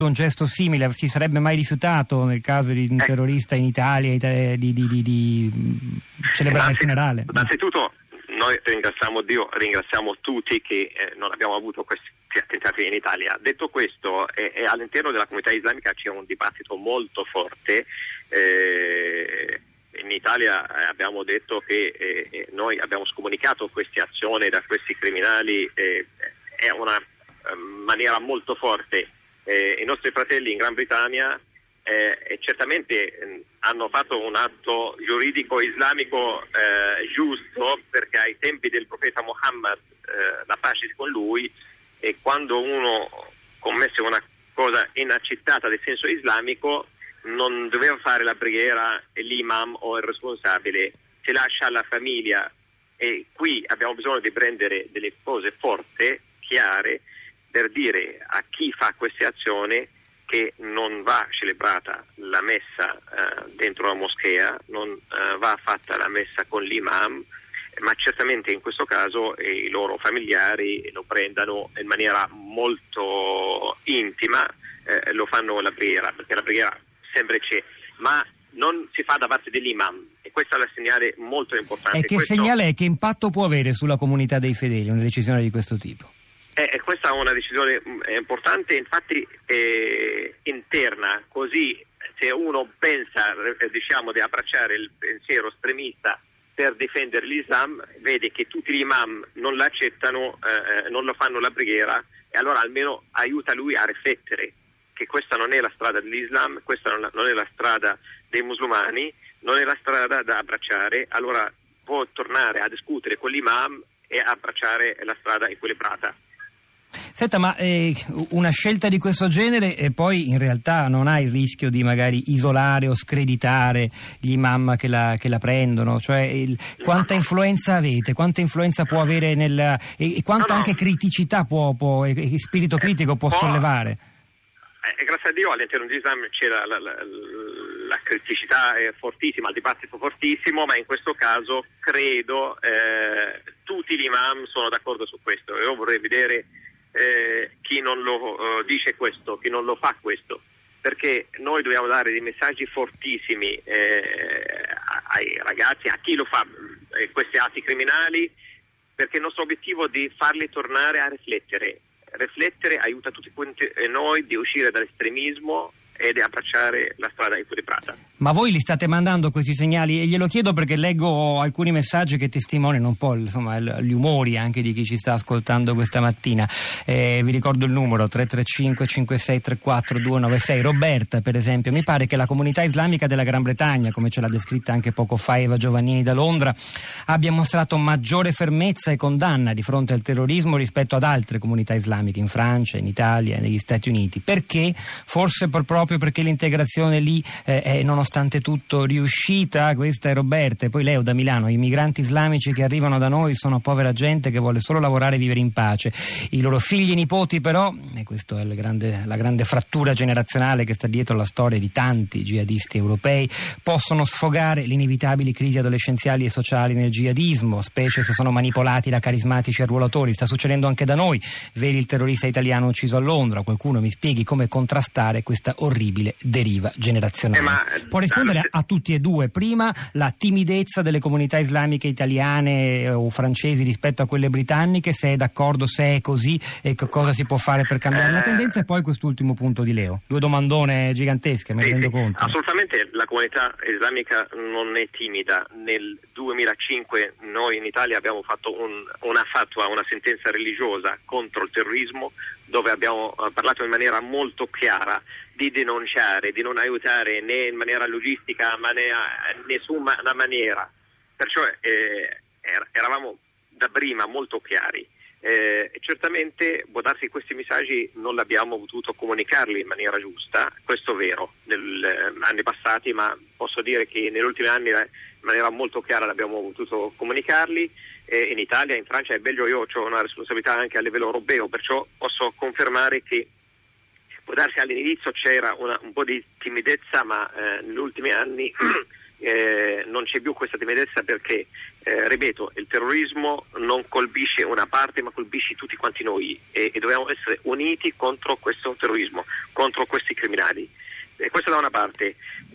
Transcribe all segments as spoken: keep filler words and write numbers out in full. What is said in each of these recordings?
un gesto simile, si sarebbe mai rifiutato nel caso di un eh. terrorista in Italia di, di, di, di, di celebrare il funerale? Innanzitutto noi ringraziamo Dio, ringraziamo tutti che eh, non abbiamo avuto questi attentati in Italia. Detto questo, eh, eh, all'interno della comunità islamica c'è un dibattito molto forte. Eh, in Italia eh, abbiamo detto che eh, noi abbiamo scomunicato queste azioni da questi criminali eh, è una eh, maniera molto forte. Eh, I nostri fratelli in Gran Bretagna eh, certamente eh, hanno fatto un atto giuridico islamico eh, giusto, perché ai tempi del profeta Muhammad, eh, la pace sia con lui, e quando uno commesse una cosa inaccettata del senso islamico non doveva fare la preghiera l'imam o il responsabile, si lascia alla famiglia. E qui abbiamo bisogno di prendere delle cose forti, chiare, per dire a chi fa queste azioni che non va celebrata la messa eh, dentro la moschea, non eh, va fatta la messa con l'imam, ma certamente in questo caso eh, i loro familiari lo prendano in maniera molto intima, eh, lo fanno la preghiera, perché la preghiera sempre c'è, ma non si fa da parte dell'imam, e questo è un segnale molto importante. E che questo... segnale è, che impatto può avere sulla comunità dei fedeli una decisione di questo tipo? Eh, questa è una decisione importante, infatti eh, interna, così se uno pensa eh, diciamo di abbracciare il pensiero estremista per difendere l'Islam, vede che tutti gli imam non l'accettano, eh, non lo fanno la preghiera, e allora almeno aiuta lui a riflettere che questa non è la strada dell'Islam, questa non è la strada dei musulmani, non è la strada da abbracciare, allora può tornare a discutere con l'imam e abbracciare la strada equilibrata. Senta, ma eh, una scelta di questo genere e poi in realtà non ha il rischio di magari isolare o screditare gli imam che la, che la prendono? Cioè il, quanta influenza avete? Quanta influenza può avere nel, e, e quanta no, no. anche criticità può, può e, e spirito critico può, può sollevare? Eh, grazie a Dio all'interno dell'Islam c'è la, la, la, la criticità è fortissima, il dibattito fortissimo, ma in questo caso credo eh, tutti gli imam sono d'accordo su questo. Io vorrei vedere Eh, chi non lo uh, dice questo, chi non lo fa questo, perché noi dobbiamo dare dei messaggi fortissimi eh, ai ragazzi, a chi lo fa eh, questi atti criminali, perché il nostro obiettivo è di farli tornare a riflettere. Riflettere aiuta tutti quanti noi di uscire dall'estremismo e di abbracciare la strada equilibrata. Ma voi li state mandando questi segnali? E glielo chiedo perché leggo alcuni messaggi che testimoniano un po' insomma, gli umori anche di chi ci sta ascoltando questa mattina. Eh, vi ricordo il numero tre tre cinque cinque sei tre quattro due nove sei. Roberta, per esempio, mi pare che la comunità islamica della Gran Bretagna, come ce l'ha descritta anche poco fa Eva Giovannini da Londra, abbia mostrato maggiore fermezza e condanna di fronte al terrorismo rispetto ad altre comunità islamiche in Francia, in Italia e negli Stati Uniti. Perché? Forse per proprio perché l'integrazione lì eh, è nonostante tutto riuscita. Questa è Roberta. E poi Leo da Milano: i migranti islamici che arrivano da noi sono povera gente che vuole solo lavorare e vivere in pace. I loro figli e nipoti però, e questa è la grande, la grande frattura generazionale che sta dietro la storia di tanti jihadisti europei, possono sfogare le inevitabili crisi adolescenziali e sociali nel jihadismo, specie se sono manipolati da carismatici arruolatori. Sta succedendo anche da noi. Vedi il terrorista italiano ucciso a Londra. Qualcuno mi spieghi come contrastare questa orribile deriva generazionale. Eh, ma, può rispondere a, a tutti e due. Prima la timidezza delle comunità islamiche italiane o francesi rispetto a quelle britanniche, se è d'accordo, se è così, e che cosa si può fare per cambiare eh, la tendenza, e poi quest'ultimo punto di Leo. Due domandone gigantesche, me ne sì, rendo sì, conto. Assolutamente la comunità islamica non è timida. Nel duemilacinque noi in Italia abbiamo fatto un, una fatwa, una sentenza religiosa contro il terrorismo, dove abbiamo parlato in maniera molto chiara di denunciare, di non aiutare né in maniera logistica ma né in nessuna maniera. Perciò eh, eravamo da prima molto chiari. Eh, certamente può darsi che questi messaggi non l'abbiamo potuto comunicarli in maniera giusta, questo è vero, negli eh, anni passati, ma posso dire che negli ultimi anni in maniera molto chiara l'abbiamo potuto comunicarli. Eh, in Italia, in Francia e in Belgio io ho una responsabilità anche a livello europeo, perciò posso confermare che può darsi all'inizio c'era una, un po' di timidezza, ma eh, negli ultimi anni eh, non c'è più questa timidezza perché, eh, ripeto, il terrorismo non colpisce una parte ma colpisce tutti quanti noi e, e dobbiamo essere uniti contro questo terrorismo, contro questi criminali. E questa da una parte.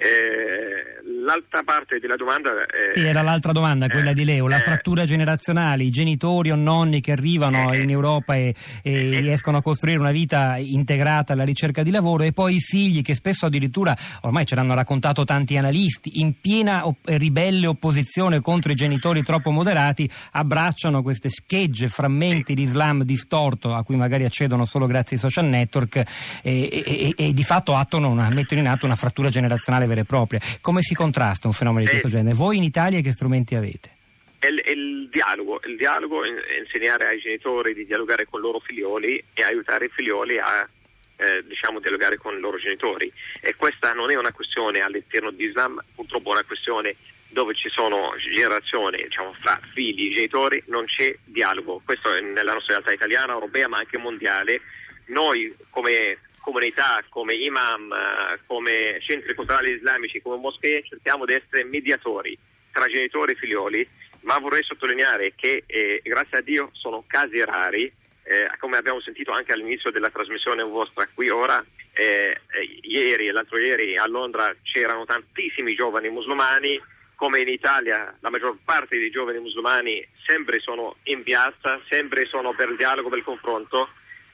Eh, l'altra parte della domanda eh, sì, era l'altra domanda, quella eh, di Leo, la eh, frattura generazionale, i genitori o nonni che arrivano eh, in Europa e, e eh, riescono a costruire una vita integrata alla ricerca di lavoro, e poi i figli che spesso addirittura, ormai ce l'hanno raccontato tanti analisti, in piena op- ribelle opposizione contro i genitori troppo moderati, abbracciano queste schegge, frammenti di Islam distorto a cui magari accedono solo grazie ai social network e, e, e, e di fatto attuano una, mettono in atto una frattura generazionale vera e propria. Come si contrasta un fenomeno di questo genere? Voi in Italia che strumenti avete? Il, il dialogo, il dialogo, insegnare ai genitori di dialogare con i loro figlioli e aiutare i figlioli a eh, diciamo dialogare con i loro genitori. E questa non è una questione all'interno di Islam, purtroppo è una questione dove ci sono generazioni, diciamo, fra figli e genitori, non c'è dialogo. Questo è nella nostra realtà italiana, europea, ma anche mondiale. Noi come comunità, come imam, come centri culturali islamici, come moschee, cerchiamo di essere mediatori tra genitori e figlioli, ma vorrei sottolineare che eh, grazie a Dio sono casi rari, eh, come abbiamo sentito anche all'inizio della trasmissione vostra qui ora, eh, eh, ieri e l'altro ieri a Londra c'erano tantissimi giovani musulmani, come in Italia la maggior parte dei giovani musulmani sempre sono in piazza, sempre sono per il dialogo, per il confronto,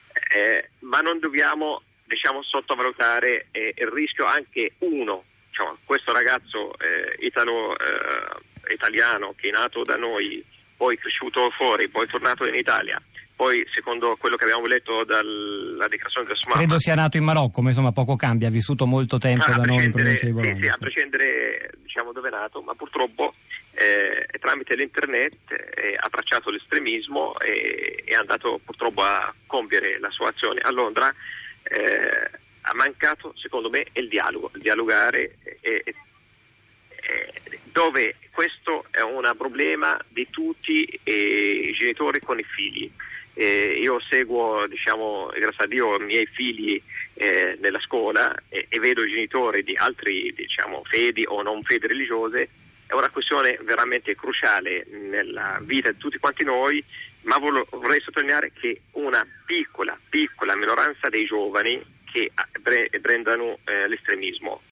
eh, ma non dobbiamo diciamo sottovalutare eh, il rischio anche uno, diciamo, questo ragazzo eh, italo, eh, italiano che è nato da noi, poi cresciuto fuori, poi tornato in Italia, poi secondo quello che abbiamo letto dalla dichiarazione del suo mamma, credo sia nato in Marocco, ma insomma poco cambia, ha vissuto molto tempo da noi in provincia di Bologna. Sì, sì, a prescindere diciamo dove è nato, ma purtroppo eh, tramite l'internet eh, ha tracciato l'estremismo e è andato purtroppo a compiere la sua azione a Londra. Eh, ha mancato secondo me il dialogo, il dialogare eh, eh, dove questo è un problema di tutti eh, i genitori con i figli. Eh, io seguo, diciamo, grazie a Dio, i miei figli eh, nella scuola e, e vedo i genitori di altri, diciamo, fedi o non fedi religiose. È una questione veramente cruciale nella vita di tutti quanti noi, ma vorrei sottolineare che una piccola, piccola minoranza dei giovani che prendono eh, l'estremismo